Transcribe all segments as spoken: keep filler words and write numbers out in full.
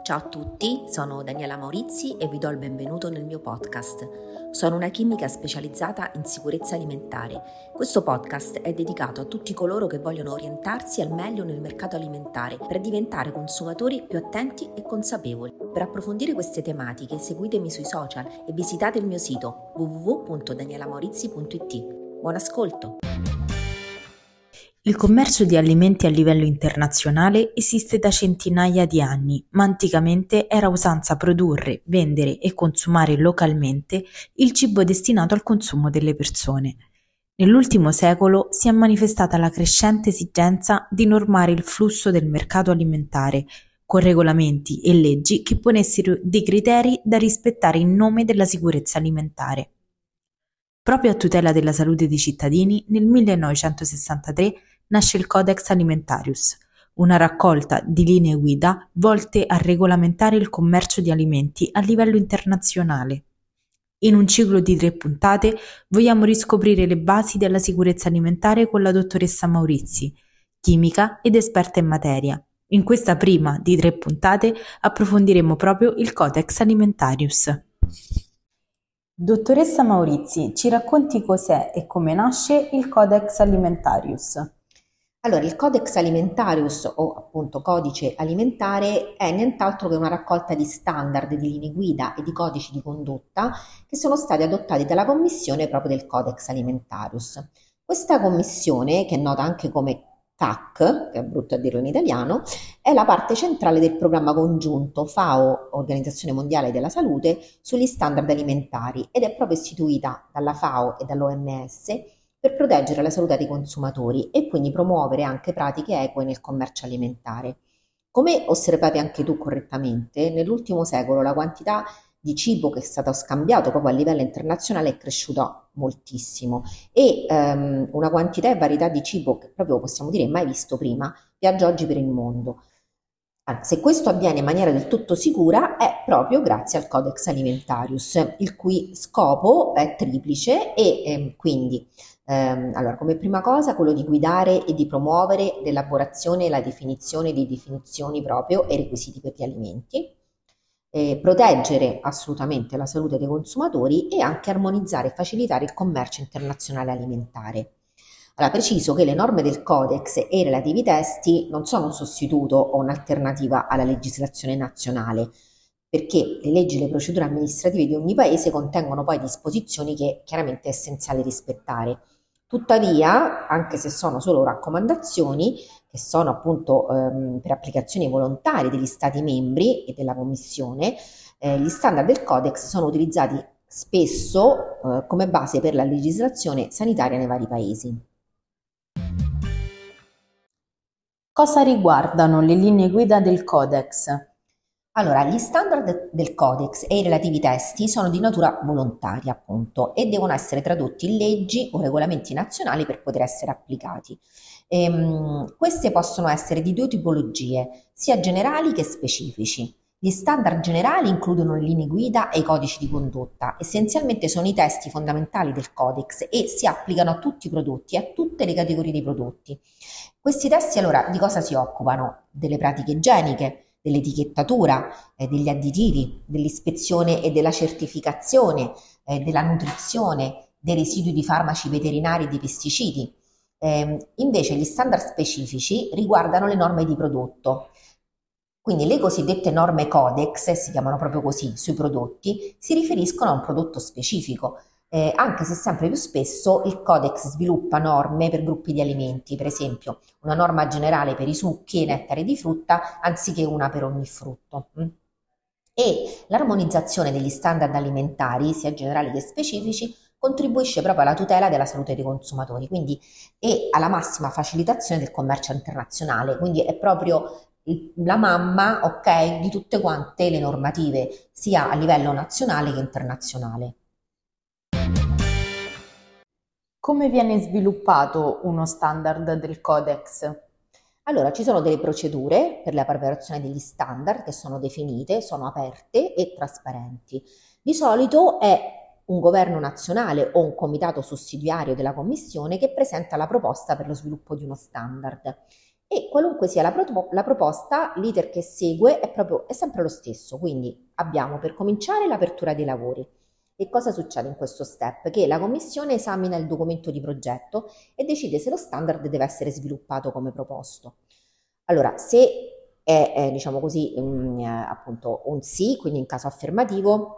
Ciao a tutti, sono Daniela Maurizi e vi do il benvenuto nel mio podcast. Sono una chimica specializzata in sicurezza alimentare. Questo podcast è dedicato a tutti coloro che vogliono orientarsi al meglio nel mercato alimentare per diventare consumatori più attenti e consapevoli. Per approfondire queste tematiche seguitemi sui social e visitate il mio sito w w w punto daniela maurizzi punto i t. Buon ascolto! Il commercio di alimenti a livello internazionale esiste da centinaia di anni, ma anticamente era usanza produrre, vendere e consumare localmente il cibo destinato al consumo delle persone. Nell'ultimo secolo si è manifestata la crescente esigenza di normare il flusso del mercato alimentare, con regolamenti e leggi che ponessero dei criteri da rispettare in nome della sicurezza alimentare. Proprio a tutela della salute dei cittadini, nel millenovecentosessantatré nasce il Codex Alimentarius, una raccolta di linee guida volte a regolamentare il commercio di alimenti a livello internazionale. In un ciclo di tre puntate vogliamo riscoprire le basi della sicurezza alimentare con la dottoressa Maurizi, chimica ed esperta in materia. In questa prima di tre puntate approfondiremo proprio il Codex Alimentarius. Dottoressa Maurizi, ci racconti cos'è e come nasce il Codex Alimentarius? Allora, il Codex Alimentarius, o appunto codice alimentare, è nient'altro che una raccolta di standard, di linee guida e di codici di condotta che sono stati adottati dalla Commissione proprio del Codex Alimentarius. Questa commissione, che è nota anche come C A C, che è brutto a dirlo in italiano, è la parte centrale del programma congiunto F A O, Organizzazione Mondiale della Salute, sugli standard alimentari ed è proprio istituita dalla F A O e dall'O M S per proteggere la salute dei consumatori e quindi promuovere anche pratiche eque nel commercio alimentare. Come osservavi anche tu correttamente, nell'ultimo secolo la quantità di cibo che è stato scambiato proprio a livello internazionale è cresciuta moltissimo e um, una quantità e varietà di cibo che proprio possiamo dire mai visto prima viaggia oggi per il mondo. Allora, se questo avviene in maniera del tutto sicura è proprio grazie al Codex Alimentarius, il cui scopo è triplice e eh, quindi ehm, allora, come prima cosa quello di guidare e di promuovere l'elaborazione e la definizione di definizioni proprio e requisiti per gli alimenti, eh, proteggere assolutamente la salute dei consumatori e anche armonizzare e facilitare il commercio internazionale alimentare. Allora, preciso che le norme del Codex e i relativi testi non sono un sostituto o un'alternativa alla legislazione nazionale, perché le leggi e le procedure amministrative di ogni paese contengono poi disposizioni che chiaramente è essenziale rispettare. Tuttavia, anche se sono solo raccomandazioni, che sono appunto ehm, per applicazioni volontarie degli Stati membri e della Commissione, eh, gli standard del Codex sono utilizzati spesso eh, come base per la legislazione sanitaria nei vari paesi. Cosa riguardano le linee guida del Codex? Allora, gli standard del Codex e i relativi testi sono di natura volontaria, appunto, e devono essere tradotti in leggi o regolamenti nazionali per poter essere applicati. Ehm, queste possono essere di due tipologie, sia generali che specifici. Gli standard generali includono le linee guida e i codici di condotta. Essenzialmente sono i testi fondamentali del Codex e si applicano a tutti i prodotti e a tutte le categorie dei prodotti. Questi testi allora di cosa si occupano? Delle pratiche igieniche, dell'etichettatura, eh, degli additivi, dell'ispezione e della certificazione, eh, della nutrizione, dei residui di farmaci veterinari e di pesticidi. Eh, invece gli standard specifici riguardano le norme di prodotto. Quindi le cosiddette norme Codex, si chiamano proprio così, sui prodotti, si riferiscono a un prodotto specifico, eh, anche se sempre più spesso il Codex sviluppa norme per gruppi di alimenti, per esempio una norma generale per i succhi e nettari di frutta, anziché una per ogni frutto. E l'armonizzazione degli standard alimentari, sia generali che specifici, contribuisce proprio alla tutela della salute dei consumatori, quindi e alla massima facilitazione del commercio internazionale, quindi è proprio la mamma, ok, di tutte quante le normative, sia a livello nazionale che internazionale. Come viene sviluppato uno standard del Codex? Allora, ci sono delle procedure per la preparazione degli standard che sono definite, sono aperte e trasparenti. Di solito è un governo nazionale o un comitato sussidiario della Commissione che presenta la proposta per lo sviluppo di uno standard. e qualunque sia la, pro- la proposta, l'iter che segue è, proprio, è sempre lo stesso. Quindi abbiamo per cominciare l'apertura dei lavori. E cosa succede in questo step? Che la commissione esamina il documento di progetto e decide se lo standard deve essere sviluppato come proposto. Allora, se è, è diciamo così, um, eh, appunto un sì, quindi in caso affermativo,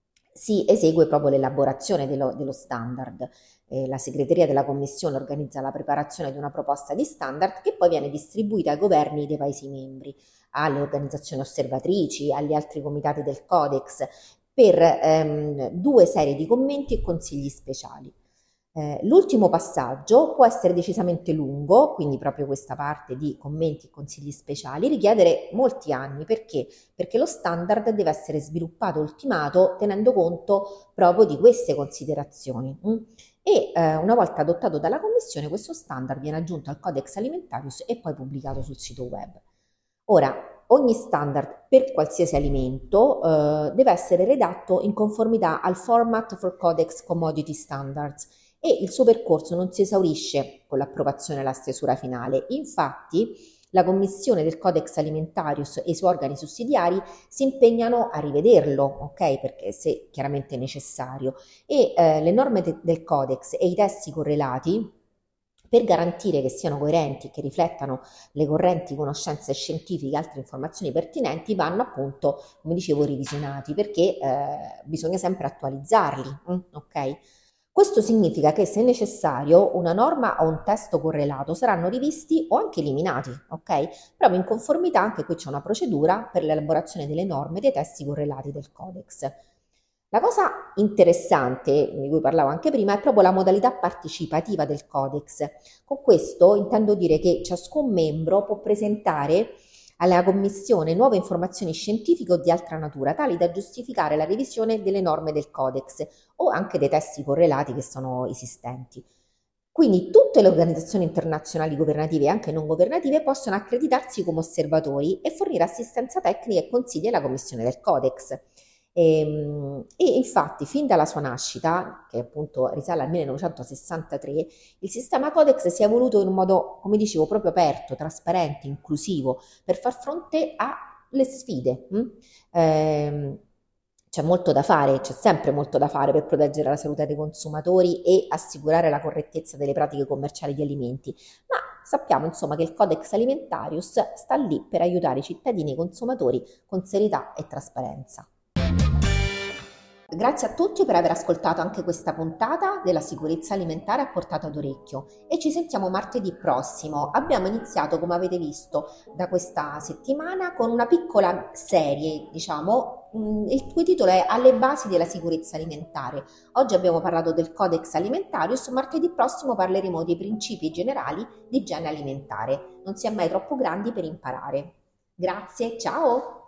si esegue proprio l'elaborazione dello, dello standard. Eh, la segreteria della commissione organizza la preparazione di una proposta di standard che poi viene distribuita ai governi dei Paesi membri, alle organizzazioni osservatrici, agli altri comitati del Codex, per ehm, due serie di commenti e consigli speciali. Eh, l'ultimo passaggio può essere decisamente lungo, quindi proprio questa parte di commenti e consigli speciali, richiedere molti anni. Perché? Perché lo standard deve essere sviluppato e ultimato tenendo conto proprio di queste considerazioni. Mm? E eh, una volta adottato dalla Commissione, questo standard viene aggiunto al Codex Alimentarius e poi pubblicato sul sito web. Ora, ogni standard per qualsiasi alimento eh, deve essere redatto in conformità al Format for Codex Commodity Standards e il suo percorso non si esaurisce con l'approvazione e la stesura finale. Infatti, la Commissione del Codex Alimentarius e i suoi organi sussidiari si impegnano a rivederlo, ok? Perché se chiaramente è necessario, e eh, le norme de- del Codex e i testi correlati, per garantire che siano coerenti e che riflettano le correnti conoscenze scientifiche e altre informazioni pertinenti, vanno appunto, come dicevo, revisionati, perché eh, bisogna sempre attualizzarli, mm, ok? Questo significa che, se necessario, una norma o un testo correlato saranno rivisti o anche eliminati, ok? Proprio in conformità, anche qui c'è una procedura per l'elaborazione delle norme dei testi correlati del Codex. La cosa interessante, di cui parlavo anche prima, è proprio la modalità partecipativa del Codex. Con questo intendo dire che ciascun membro può presentare alla Commissione nuove informazioni scientifiche o di altra natura, tali da giustificare la revisione delle norme del Codex o anche dei testi correlati che sono esistenti. Quindi tutte le organizzazioni internazionali governative e anche non governative possono accreditarsi come osservatori e fornire assistenza tecnica e consigli alla Commissione del Codex. E, e infatti, fin dalla sua nascita, che appunto risale al millenovecentosessantatré, il sistema Codex si è evoluto in un modo, come dicevo, proprio aperto, trasparente, inclusivo, per far fronte alle sfide. Mm? Eh, c'è molto da fare, c'è sempre molto da fare per proteggere la salute dei consumatori e assicurare la correttezza delle pratiche commerciali di alimenti, ma sappiamo insomma che il Codex Alimentarius sta lì per aiutare i cittadini e i consumatori con serietà e trasparenza. Grazie a tutti per aver ascoltato anche questa puntata della sicurezza alimentare a portata d'orecchio e ci sentiamo martedì prossimo. Abbiamo iniziato, come avete visto, da questa settimana con una piccola serie, diciamo, il cui titolo è Alle basi della sicurezza alimentare. Oggi abbiamo parlato del Codex Alimentarius, martedì prossimo parleremo dei principi generali di igiene alimentare. Non si è mai troppo grandi per imparare. Grazie, ciao!